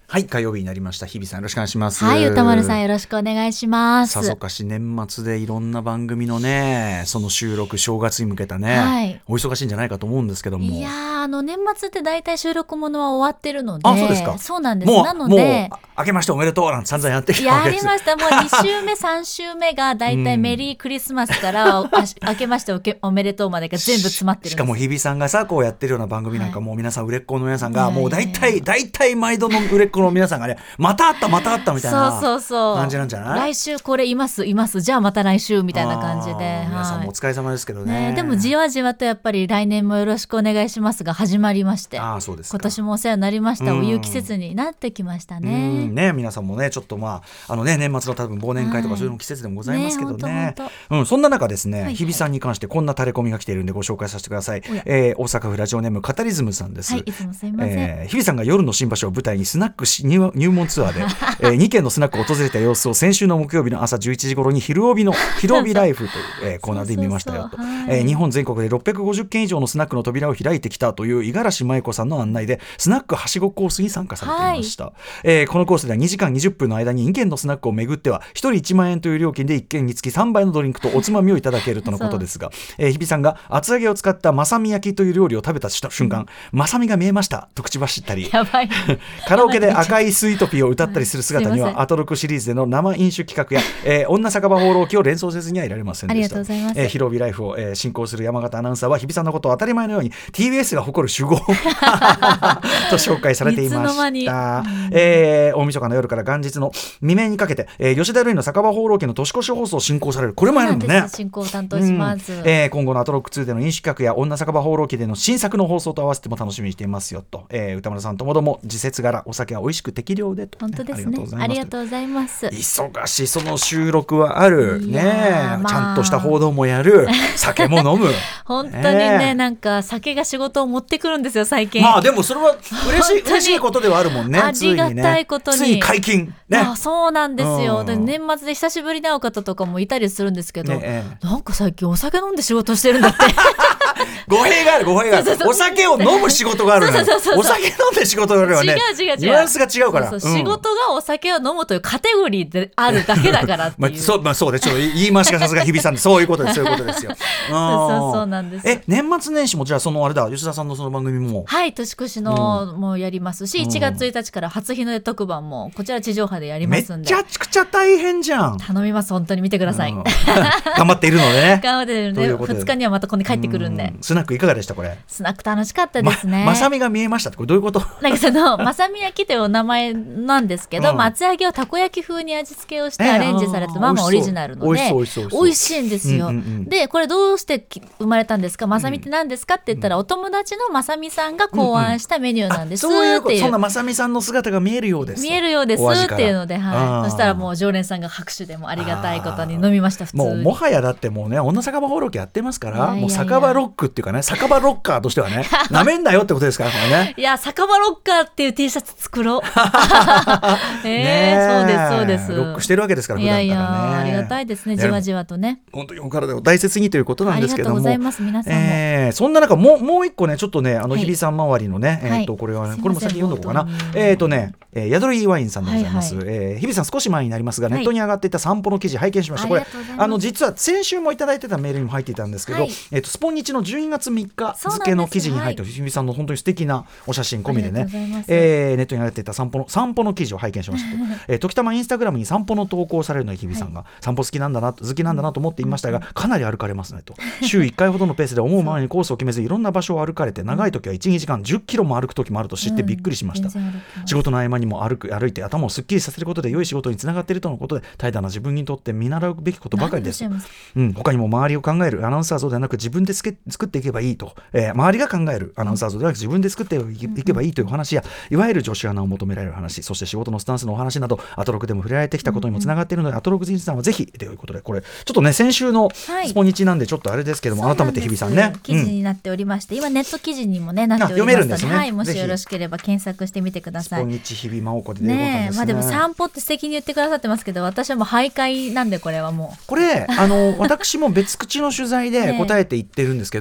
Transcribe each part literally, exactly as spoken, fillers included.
はい、火曜日になりました。日比さんよろしくお願いします。 はい、歌丸さんよろしくお願いします。 さぞかし年末でいろんな番組のね、その収録正月に向けたね、はい、お忙しいんじゃないかと思うんですけども。 いやあの年末って大体収録ものは終わってるので。 あ、そうですか。 そうなんです。 もうなのでもう明けましておめでとうなんて散々やってきたわけです。 やりました。もうに週目さん週目が大体メリークリスマスから明けましておけおめでとうまでが全部詰まってるんです。 しかも日比さんがさこうやってるような番組なんかもう皆さん売れっ子の皆さんがもう大体大体毎度の売れっ子の皆さんがねまたあったまたあったみたいな感じなんじゃない？ 来週これいますいますじゃあまた来週みたいな感じで、はい、 皆さんもお疲れ様ですけど ね, ねでもじわじわとやっぱり来年もよろしくお願いしますが始まりまして、 あそうですか、 今年もお世話になりました。おいう季節になってきました ね, うんね皆さんもねちょっとまああのね年末の多分忘年会とかそういうの季節でもございますけど ね, ねうん、そんな中ですね、はいはい、日比さんに関してこんなタレコミが来ているんでご紹介させてください。えー、大阪府ラジオネームカタリズムさんです。 はい、いつもすいません。 えー、日比さんが夜の新場所を舞台にスナック入, 入門ツアーで、えー、にけんのスナックを訪れた様子を先週の木曜日の朝じゅういちじ頃に昼帯の昼帯ライフという、えー、コーナーで見ましたよと。えー、日本全国でろっぴゃくごじゅっけん以上のスナックの扉を開いてきたという五十嵐舞子さんの案内でスナックはしごコースに参加されていました。はい、えー、このコースではにじかんにじゅっぷんの間ににけんのスナックを巡ってはひとりいちまんえんという料金でいっけんにつきさんばいのドリンクとおつまみをいただけるとのことですが、えー、日比さんが厚揚げを使ったまさみ焼きという料理を食べた瞬間、まさみが見えましたと口走ったりやばいカラオケで赤いスイートピーを歌ったりする姿にはアトロクシリーズでの生飲酒企画や、えー、女酒場放浪記を連想せずにはいられませんでした。 ありがとうございます。 えー、広帯ライフを、えー、進行する山形アナウンサーは日比さんのことを当たり前のように ティービーエス が誇る酒豪と紹介されていました。えー、大晦日の夜から元日の未明にかけて、えー、吉田類の酒場放浪記の年越し放送を進行される。これもやるんだね。 進行を担当します。うん、 えー、今後のアトロックツーでの飲酒企画や女酒場放浪記での新作の放送と合わせても楽しみにしていますよと、えー、歌丸さんともども時節柄お酒は美味しく適量でと、 ね、本当ですね。ありがとうございます。 忙しいその収録はあるね、まあ、ちゃんとした報道もやる酒も飲む本当にね、えー、なんか酒が仕事を持ってくるんですよ最近。 まあでもそれは嬉しい嬉しいことではあるもんね。 ありがたいことについに解禁ね。 あそうなんですよ、うん、で年末で久しぶりに会う方とかもいたりするんですけど、ねえー、なんか最近お酒飲んで仕事してるんだって語弊がある語弊がある。そうそうそうお酒を飲む仕事があるのよ。お酒飲んで仕事があるのはね、 違う違う違うニュアンスが違うから。 そうそう、うん、仕事がお酒を飲むというカテゴリーであるだけだからっていう、 まあ、そう、まあ、そうです。ちょっと言い回しがさすが日比さんでそういうことですそういうことですよ。 そうそうそうなんです。 え年末年始もじゃあそのあれだ吉田さんのその番組もはい年越しのもやりますし、うん、いちがつついたちから初日の出特番もこちら地上波でやりますんでめちゃくちゃ大変じゃん。 頼みます本当に見てください、うん、 頑張っているのでね頑張っているのでふつかにはまたここに帰ってくるんで、 うん、スナックいかがでしたこれ。 スナック楽しかったですね。 ま、まさみが見えましたってこれどういうこと？ なんかそのまさみ焼きというお名前なんですけど、うん、厚揚げをたこ焼き風に味付けをしてアレンジされたままオリジナルので美味しいんですよ、うんうんうん、でこれどうして生まれたんですかまさみって何ですかって言ったら、うん、お友達のまさみさんが考案したメニューなんです、うんうん、 そういうこと。 っていうそんなまさみさんの姿が見えるようです見えるようですっていうので、はい、そしたらもう常連さんが拍手でもありがたいことに飲みました。普通にもうもはやだってもうね女酒場放浪記やってますから、いやいやいやもう酒場ロックっていうかね酒場ロッカーとしてはねなめんなよってことですからね。 いや酒場ロッカーっていう T シャツ作ろうえー、そうですそうです。 ロックしてるわけですから普段からね。いやいやありがたいですねじわじわとね。 本当にお体を大切にということなんですけども、 ありがとうございます皆さんも、 えー、そんな中もうもう一個ねちょっとねあの日比さん周りのね、はい、えー、とこれは、ね、これも先読んどこうかな。えっ、ー、とねえー、宿りワインさんでございます、はいはい。えー、日比さん少し前になりますが、はい、ネットに上がっていた散歩の記事拝見しました。これあの実は先週もいただいてたメールにも入っていたんですけど、はい、えー、とスポニチのじゅうにがつみっか付の記事に入った日比さんの本当に素敵なお写真込みでね、えー、ネットに上がっていた散歩の散歩の記事を拝見しましたと、えー、時たまインスタグラムに散歩の投稿されるのに日比さんが、はい、散歩好きなんだな好きなんだなと思っていましたが、かなり歩かれますねと。週いっかいほどのペースで思うままにコースを決めずいろんな場所を歩かれて長い時はいちにじかんじゅっキロも歩く時もあると知ってびっくりしました、うん、仕事の合間にも歩く歩いて頭をすっきりさせることで良い仕事につながっているとのことで怠惰な自分にとって見習うべきことばかりです、うん、他にも周りを考えるアナウンサー像ではなく自分で作っていけばいいと、えー、周りが考えるアナウンサー像ではなく自分で作っていけばいいという話や、いわゆる女子アナを求められる話、そして仕事のスタンスのお話などアトロクでも触れられてきたことにもつながっているので、アトロク人さんはぜひということで、これちょっとね先週のスポニチなんでちょっとあれですけども、はい、改めて日比さんね記事になっておりまして、うん、今ネット記事にも、ね、なっておりますので、読めるんですね、はい、もしよろしければ検索してみてください。 スポニチ日比真央子で出ることですね。 まあ、でも散歩って素敵に言ってくださってますけど、私はもう徘徊なんで、これはもうこれあの私も別口の取材で答えて言ってるんですけど、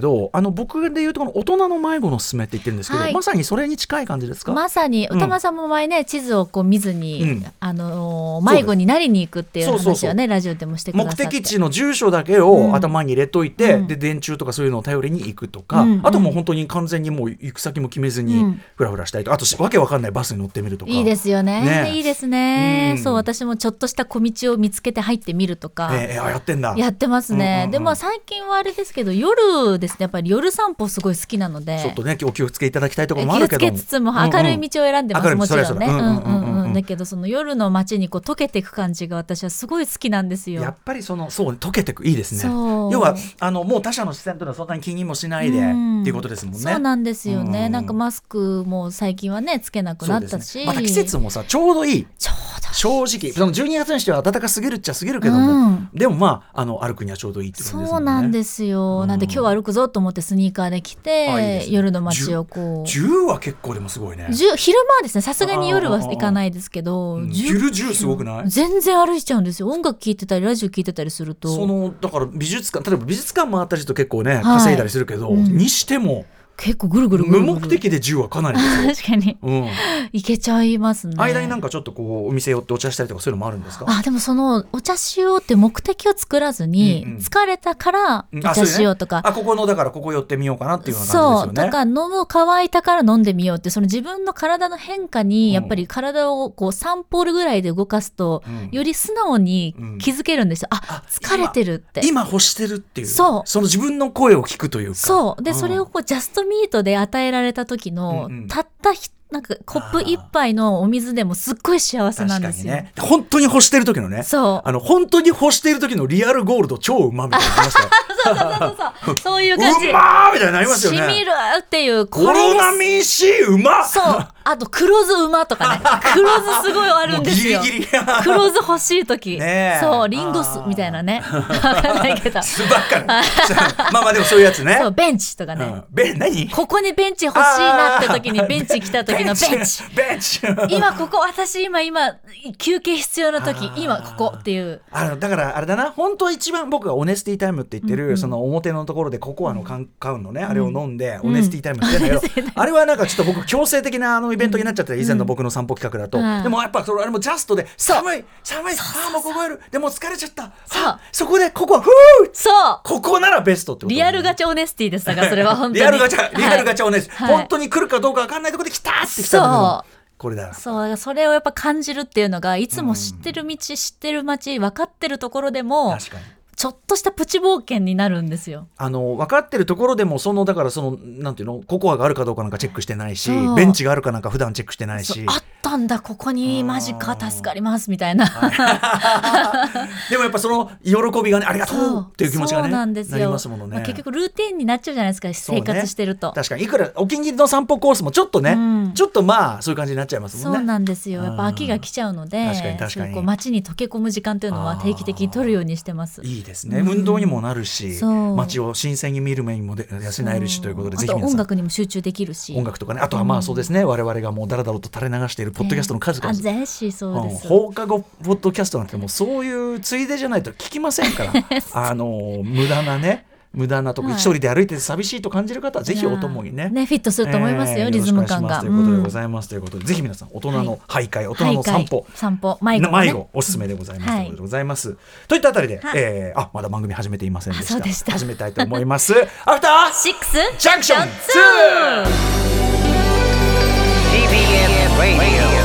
ど、あの僕で言うとこの大人の迷子のすすめって言ってるんですけど、はい、まさにそれに近い感じですか？ まさに歌間さんも前ね、うん、地図をこう見ずに、うん、あの迷子になりに行くっていう話をね、そうそうそう、ラジオでもしてくださって、 目的地の住所だけを頭に入れといて、うん、で電柱とかそういうのを頼りに行くとか、うんうん、あともう本当に完全にもう行く先も決めずにフラフラしたりとか、あとわけわかんないバスに乗ってみるとか、 いいですよ ね, ねいいですね、うん、そう私もちょっとした小道を見つけて入ってみるとか、 えー、やってんだやってますね、うんうんうん、でも最近はあれですけど夜ですね、やっぱり夜散歩すごい好きなので、 ちょっとねお気をつけいただきたいところもあるけど、 気をつけつつも明るい道を選んでます、うんうん、もちろんね、だけどその夜の街にこう溶けていく感じが私はすごい好きなんですよ。 やっぱりそのそう溶けていくいいですね。要はあのもう他者の視線というのはそんなに気にもしないで、うん、っていうことですもんね。 そうなんですよね、うん、なんかマスクも最近はねつけなくなったし、 ね、また季節もさちょうどいい、 ちょうどいい正直そのじゅうにがつにしては暖かすぎるっちゃすぎるけども、うん、でもまあ、あの歩くにはちょうどいいって感じですもんね。 そうなんですよ、うん、なんで今日は歩くぞと思ってスニーカーで来て、いいですね、夜の街をこうじゅうは結構でもすごいね。 じゅう昼間はですね、さすがに夜は行かないですけど、 うん、昼じゅうすごくない？ 全然歩いちゃうんですよ。音楽聴いてたりラジオ聴いてたりすると、 そのだから美術館、例えば美術館回ったりと結構ね稼いだりするけど、はい、うん、にしても結構ぐるぐるぐるぐる無目的でじゅうはかなりですよ確かに、うん、いけちゃいますね。 間になんかちょっとこうお店寄ってお茶したりとかそういうのもあるんですか？ あでもそのお茶しようって目的を作らずに、うんうん、疲れたからお茶しようとか、 うん、あ、ね、あここのだからここ寄ってみようかなっていうような感じですよね。 そうとか飲む乾いたから飲んでみようって、その自分の体の変化にやっぱり体をこうさんポールぐらいで動かすと、うん、より素直に気づけるんですよ、うん、あ疲れてるって今、今欲してるっていう、 そうその自分の声を聞くというか、 そうで、 うん、 それをこうジャストミートで与えられた時の、うんうん、たったひなんかコップ一杯のお水でもすっごい幸せなんですよ。 確かにね、本当に欲してる時のね、 そうあの本当に欲してる時のリアルゴールド超うまみたいなのありましたよそうそうそうそうそういう感じ、 うまーみたいになりますよね。 しみるっていう、 これオロナミン C うまっ、 そうあと黒酢うまとかね黒酢すごいあるんですよ。 ギリギリ黒酢欲しい時、 ね、 そうリンゴ酢みたいなね分かんないけど酢ばっかりまあまあでもそういうやつね。 そうベンチとかね、うん、 ベン何ここにベンチ欲しいなって時にベンチ来た時のベンチベンチ今ここ私今今休憩必要な時今ここっていう、 あのだからあれだな、本当一番僕がオネスティタイムって言ってる、うんうん、その表のところでココアの買うのね、うん、あれを飲んで、うん、オネスティタイムって言うんだけど、うん、あれはなんかちょっと僕強制的なあのイベントになっちゃって以前の僕の散歩企画だと、うん、でもやっぱそれあれもジャストで寒い寒い、あもう凍える、でも疲れちゃった、そうそこでココアフー、 そうここならベストってこと、ね、 リアルガチャオネスティです。だからそれは本当にリアルガチャリアルガチャオネスティ、はい、本当に来るかどうか分かんないところで来たって来たんだけど、これだ、 そうそれをやっぱ感じるっていうのが、いつも知ってる道、うん、知ってる街分かってるところでも確かにちょっとしたプチ冒険になるんですよ。 あの分かってるところでもそのだからそのなんていうのココアがあるかどうかなんかチェックしてないし、ベンチがあるかなんか普段チェックしてないし、 あったんだここにマジか助かりますみたいなでもやっぱその喜びがね、ありがとうっていう気持ちがね、 そうなんですよ、 なりますものね、 まあ、結局ルーティンになっちゃうじゃないですか、生活してると、ね、 確かにいくらお気に入りの散歩コースもちょっとね、うん、ちょっとまあそういう感じになっちゃいますもんね。 そうなんですよ、やっぱ飽きが来ちゃうので、 確かに確かにこう街に溶け込む時間というのは定期的に取るようにしてます。 いいですね、うん、運動にもなるし、街を新鮮に見る目にも養えるしということで、ぜひ皆さん、あと音楽にも集中できるし、 音楽とかね、あとはまあそうですね、うん、我々がもうだらだらと垂れ流しているポッドキャストの数々、 えー、あぜひそうです、 うん、放課後ポッドキャストなんてもうそういうついでじゃないと聞きませんからあの無駄なね無駄なとこ、はい、一人で歩いてて寂しいと感じる方はぜひお供に ね, ねフィットすると思いますよ、えー、リズム感がということでございます、うん、ということでぜひ皆さん大人の徘徊、はい、大人の散歩散歩迷子、ね、 迷子おすすめでございます、はい、ということでございます、といったあたりで、えー、あまだ番組始めていませんでした。 そうでした、 始めたいと思いますアフターシックスジャンクションツー ティービーエス Radio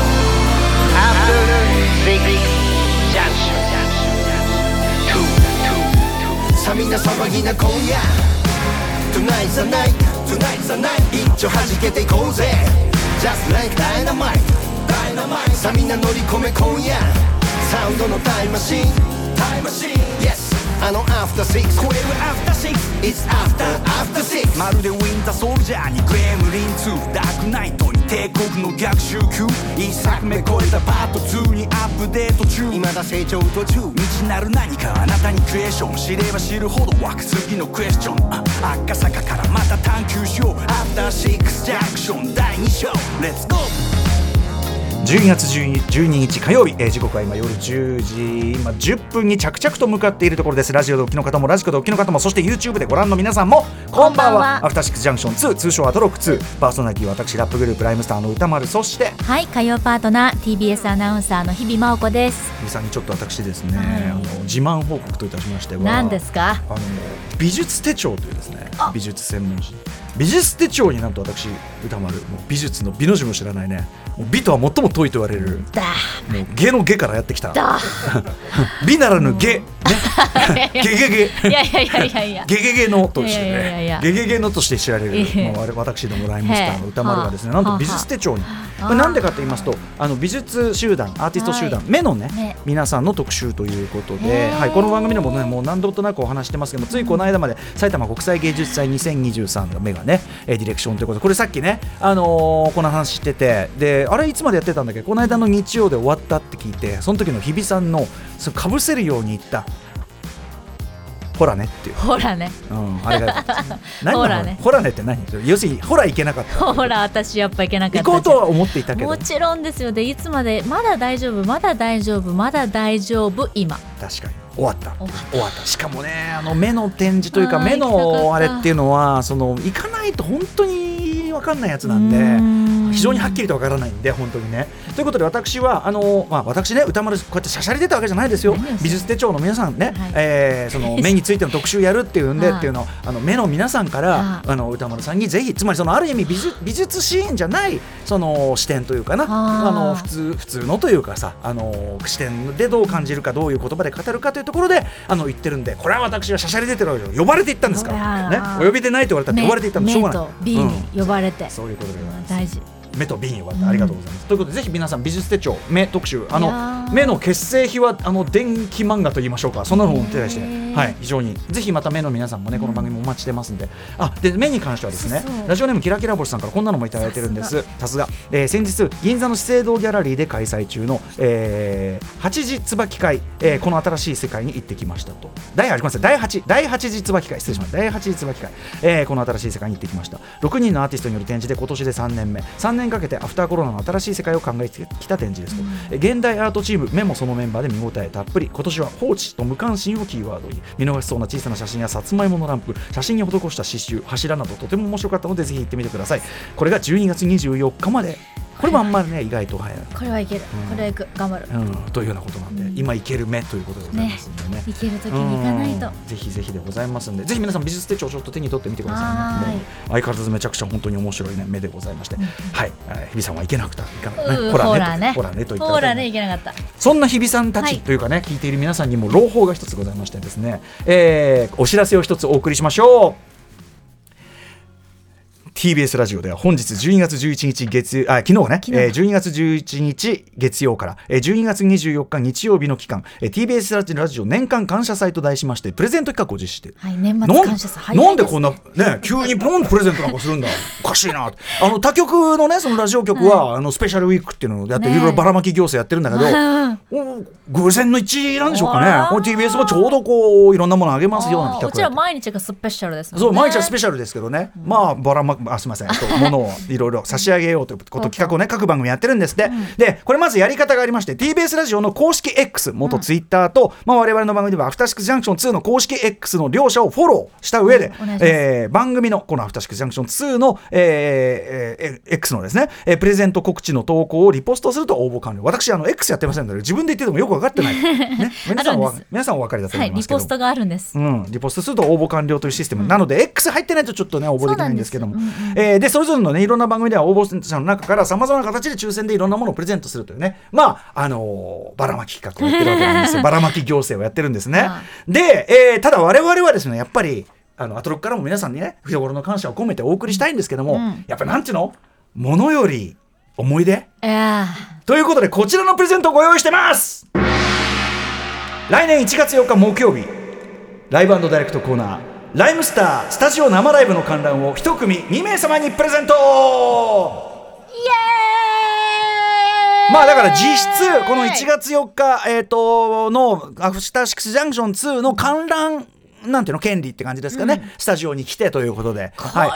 After Six Junction さあみんな騒ぎな今夜 Tonight's the night Tonight's the night 一丁弾けていこうぜ Just like dynamite Dynamite さあみんな乗り込め今夜サウンドのタイムマシンタイムマシン Yes あの After Six 超える After Six It's After After Six まるでウィンターソルジャーにグレムリンツーダークナイトに帝国の逆襲級一作目超えたパートツーにアップデート中未だ成長途中未知なる何かあなたにクエスチョン知れば知るほど湧く次のクエスチョン赤坂からまた探求しよう After Six Junction だいに章 Let's go じゅうにがつじゅうににち火曜日、えー、時刻は今夜じゅうじ今じゅっぷんに着々と向かっているところです。ラジオでお聞きの方もラジコでお聞きの方も、そして YouTube でご覧の皆さんもこんばんは。アフターシックスジャンクションツー、通称アトロックツー、パーソナリティは私ラップグループライムスターの歌丸、そしてはい火曜パートナー ティービーエス アナウンサーの日々真央子です。 日比さんにちょっと私ですね、 はい、 あの自慢報告といたしましては、 何ですか。 あの美術手帳というですね、美術専門誌美術手帳になんと私歌丸、もう美術の美の字も知らないね、もう美とは最も遠いと言われる、 だもう芸の芸からやってきただ美ならぬ芸、ね、ゲゲゲいやいやいやいやいやゲゲゲのとしていやいやいやね、ゲゲゲのとして知られる、もうあれ私どもライムスターの歌丸がですね、なんと美術手帳に、これなんでかと言いますと、あの美術集団、アーティスト集団、はい、目のね、ね皆さんの特集ということで、はい、この番組でもね、もう何度となくお話してますけども、ついこの間まで埼玉国際芸術祭にせんにじゅうさんの目がね、ディレクションということで、これさっきね、あのー、この話してて、であれいつまでやってたんだっけ、この間の日曜で終わったって聞いて、その時の日比さんのそかぶせるように言ったほらねっていう、 ほらね、 うん、あれが何ほらね、 ほらねって何、要するにほらいけなかった、 ほら私やっぱいけなかった、 行こうとは思っていたけど、 もちろんですよ。でいつまでまだ大丈夫まだ大丈夫まだ大丈夫、今確かに終わった終わった。しかもね、あの目の展示というか目のあれっていうのは、その行かないと本当に分かんないやつなんで、ん非常にはっきりと分からないんで本当にね。ということで私はあの、まあ、私ね歌丸こうやってしゃしゃり出たわけじゃないですよ。美術手帳の皆さんね、はい、えー、その目についての特集やるっていうんでっていうのを、あの目の皆さんからあの歌丸さんにぜひ、つまりそのある意味美術、美術シーンじゃないその視点というかな、あの普通普通のというかさ、あの視点でどう感じるか、どういう言葉で語るかというところであの言ってるんで、これは私はしゃしゃり出てるわけで呼ばれていったんですからね。お呼びでないと言われたって呼ばれていったのしょうがない。 目と B に呼ばれて、 うん、そういうことでございます。 大事。 目と B に呼ばれてありがとうございます、うん、ということでぜひ皆さん美術手帳目特集、あの目の結成秘話、あの電気漫画と言いましょうか、そんなのも手出して、はい、非常にぜひまた目の皆さんもね、この番組もお待ちしてますんで、あで目に関してはですね、そうそうラジオネームキラキラ星さんからこんなのもいただいてるんです。さすが、えー、先日銀座の資生堂ギャラリーで開催中の、えー、はちじ椿会、えー、この新しい世界に行ってきましたと。第8、ごめんなさい、第8、第8次椿会、失礼しました。第はち次椿会、えー、この新しい世界に行ってきました。ろくにんのアーティストによる展示で今年でさんねんめ、さんねんかけてアフターコロナの新しい世界を考えてきた展示ですと、うん、現代アートチーム目もそのメンバーで見応えたっぷり。今年は放置と無関心をキーワードに、見逃しそうな小さな写真やさつまいものランプ、写真に施した刺繍、柱などとても面白かったのでぜひ行ってみてください。これがじゅうにがつにじゅうよっかまで。これもあんまりね、意外と早い。 これはいける、うん、これは行く、頑張る、 うん、というようなことなんで、うん、今行ける目ということでございますんでね、 ね、行ける時に行かないと、 ぜひぜひでございますんで、ぜひ皆さん美術手帳ちょっと手に取ってみてくださいね。相変わらずめちゃくちゃ本当に面白い、ね、目でございまして、うん、はい、日比さんは行けなくたいかな、ね、 ほらねほらねといったほらね行けなかった。そんな日比さんたちというかね、はい、聞いている皆さんにも朗報が一つございましてですね、えー、お知らせを一つお送りしましょう。ティービーエス ラジオでは本日じゅうにがつじゅういちにち月あ昨日ね、えー、じゅうにがつじゅういちにち月曜から、えー、じゅうにがつにじゅうよっか日曜日の期間、えー、ティービーエス ラジオ年間感謝祭と題しましてプレゼント企画を実施している、 はい、年末感謝祭早いですね。 なんでこんなね急にポンとプレゼントなんかするんだおかしいな。あの他局のねそのラジオ局は、はい、あのスペシャルウィークっていうのをやって、ね、いろいろばらまき行政やってるんだけど、偶然の一致なんでしょうかね。この ティービーエス もちょうどこういろんなものあげますような企画。 こちら毎日がスペシャルですもんね。 そう毎日はスペシャルですけどね、うん、まあばらまあすみませんものをいろいろ差し上げようということ企画をね各番組やってるんですって、うん、でこれまずやり方がありまして ティービーエス ラジオの公式 X 元ツイッターと、うんまあ、我々の番組ではアフターシックスジャンクションツーの公式 X の両者をフォローした上で、うんえー、番組のこのアフターシックスジャンクションツーの、えーえー、X のですね、えー、プレゼント告知の投稿をリポストすると応募完了。私あの X やってませんので自分で言っててもよく分かってない、ね、皆さんは皆さんお分かりだと思いますけど、 はい、リポストがあるんです、 うん、リポストすると応募完了というシステム、うん、なので X 入ってないとちょっとね応募できないんですけども、 そ, うんうんえー、でそれぞれのねいろんな番組では応募者の中からさまざまな形で抽選でいろんなものをプレゼントするというね、まああのー、ばらまき企画をやってるわけなんですよばらまき行政をやってるんですねで、えー、ただ我々はですねやっぱりあのアトロックからも皆さんにね日頃の感謝を込めてお送りしたいんですけども、うん、やっぱなんていうのものより思い出、 えー、 ということでこちらのプレゼントをご用意してます。来年いちがつよっか木曜日ライブ&ダイレクトコーナーライムスタースタジオ生ライブの観覧を一組にめいさまにプレゼント。イエーイ。まあだから実質このいちがつよっか、えー、とのアフターシックスジャンクションツーの観覧なんていうの権利って感じですかね、うん、スタジオに来てということでこれは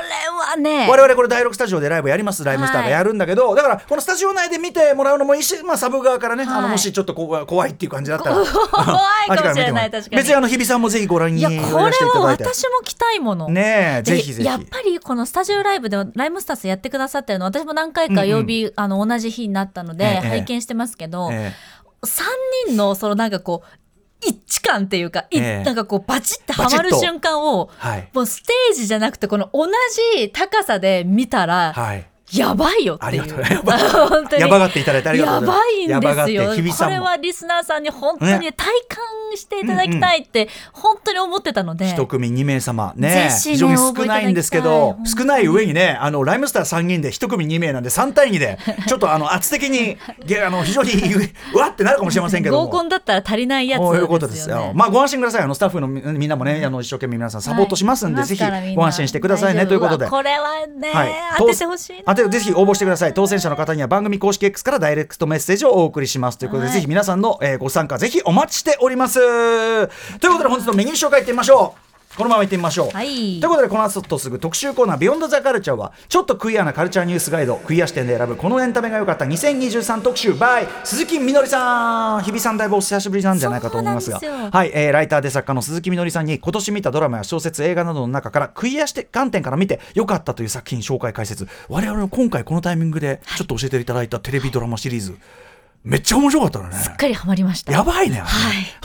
はね我々これだいろくスタジオでライブやりますライムスターがやるんだけど、はい、だからこのスタジオ内で見てもらうのもいいし、まあ、サブ側からね、はい、あのもしちょっとこ怖いっていう感じだったら怖いかもしれない確かに別にあの日比さんもぜひご覧にいらしていただいて。 いやこれは私も来たいものねえぜひぜひ。 やっぱりこのスタジオライブでライムスターズやってくださってるの私も何回か曜日、うんうん、あの同じ日になったので、ええ、拝見してますけど、ええ、さんにんのそのなんかこう一致感っていうか、ええ、なんかこうバチッてはまる瞬間を、はい、もうステージじゃなくてこの同じ高さで見たら、はい、やばいよっていう。 本当にやばがっていただいてありがとうございます。 やばいんですよ。これはリスナーさんに本当に体感していただきたいって本当に思ってたので、 一組にめいさまね非常に少ないんですけど、少ない上にねあのライムスターさんにんで一組にめいなんでさんたいにでちょっとあの圧的にあの非常にうわってなるかもしれませんけども、 合コンだったら足りないやつですよね。 こういうことですよ。まあご安心ください。あのスタッフのみんなもねあの一生懸命皆さんサポートしますんで、はい、ぜひご安心してくださいねということで、 これはね、はい、当ててほしいな。 当てぜひ応募してください。当選者の方には番組公式 X からダイレクトメッセージをお送りしますということで、はい、ぜひ皆さんの、えー、ご参加ぜひお待ちしております。ということで本日のメニュー紹介いってみましょう。このままいってみましょう、はい、ということでこの後すぐ特集コーナービヨンドザカルチャーはちょっとクイアなカルチャーニュースガイドクイア視点で選ぶこのエンタメが良かったにせんにじゅうさん特集 by 鈴木みのりさん。日比さんだいぶお久しぶりなんじゃないかと思いますが、はい、えー、ライターで作家の鈴木みのりさんに今年見たドラマや小説映画などの中からクイア視点観点から見て良かったという作品紹介解説、我々の今回このタイミングでちょっと教えていただいたテレビドラマシリーズ、めっちゃ面白かったね。 すっかりハマりました。 やばいね。はい、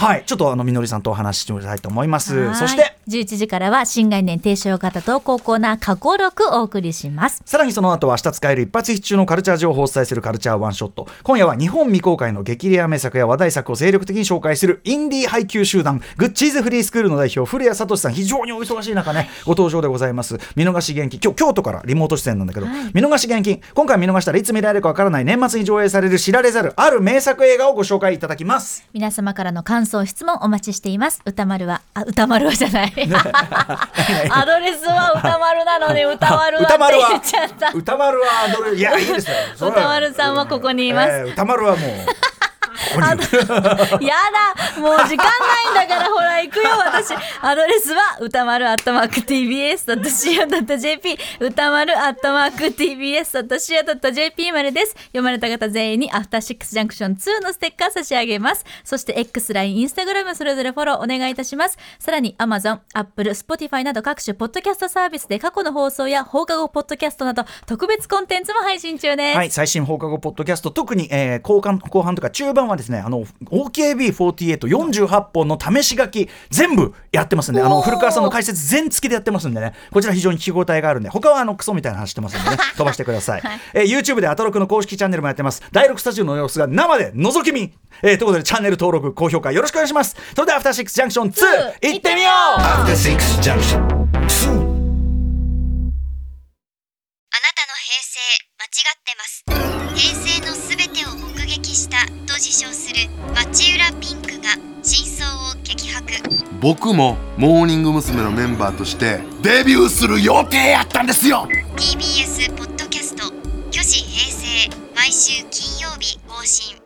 はい、ちょっとあのみのりさんとお話ししてみたいと思います。そしてじゅういちじからは新概念提唱型投稿コーナー過去録お送りします。 さらにその後は明日使える一発必中のカルチャー情報をお伝えするカルチャーワンショット。今夜は日本未公開の激レア名作や話題作を精力的に紹介するインディー配給集団グッチーズフリースクールの代表古谷聡さん、非常にお忙しい中ねご登場でございます。見逃し厳禁、今日京都からリモート出演なんだけど、はい、見逃し厳禁。今回見逃したらいつ見られるかわからない年末に上映される知られざるある名作映画をご紹介いただきます。 皆様からの感想質問お待ちしています。歌丸はあ歌丸はじゃないアドレスは歌丸なのに歌丸はって言っちゃった。 歌丸はアドレス、いやいいですよ歌丸さんはここにいます、 えー、歌丸はもうやだもう時間ないんだからほら行くよ私。アドレスは歌丸アットマーク ティービーエスドットシーオードットジェーピー 歌丸アットマーク ティービーエスドットシーオードットジェーピー までです。読まれた方全員にアフターシックスジャンクションツーのステッカー差し上げます。そして X、ライン、Instagram それぞれフォローお願いいたします。さらに Amazon、Apple、Spotify など各種ポッドキャストサービスで過去の放送や放課後ポッドキャストなど特別コンテンツも配信中です。 はい、最新放課後ポッドキャスト特に、えー、後半後半とか中盤はですねあの オーケービーフォーティーエイトよんじゅうはっぽんの試し書き全部やってますんで、あの古川さんの解説全付きでやってますんでね、こちら非常に聞き応えがあるんで、他はあのクソみたいな話してますんでね飛ばしてください、はい、えー、YouTube でアトロクの公式チャンネルもやってます。だいろくスタジオの様子が生で覗き見、えー、ということでチャンネル登録高評価よろしくお願いします。それではアフターシックスジャンクションツーいってみよう。アフターシックスジャンクションツー。あなたの平成間違ってます。平成のすべてを目撃したと自称する町浦ピンクが真相を激白。 僕もモーニング娘。のメンバーとしてデビューする予定やったんですよ。 ティービーエス ポッドキャスト虚子平成毎週金曜日更新。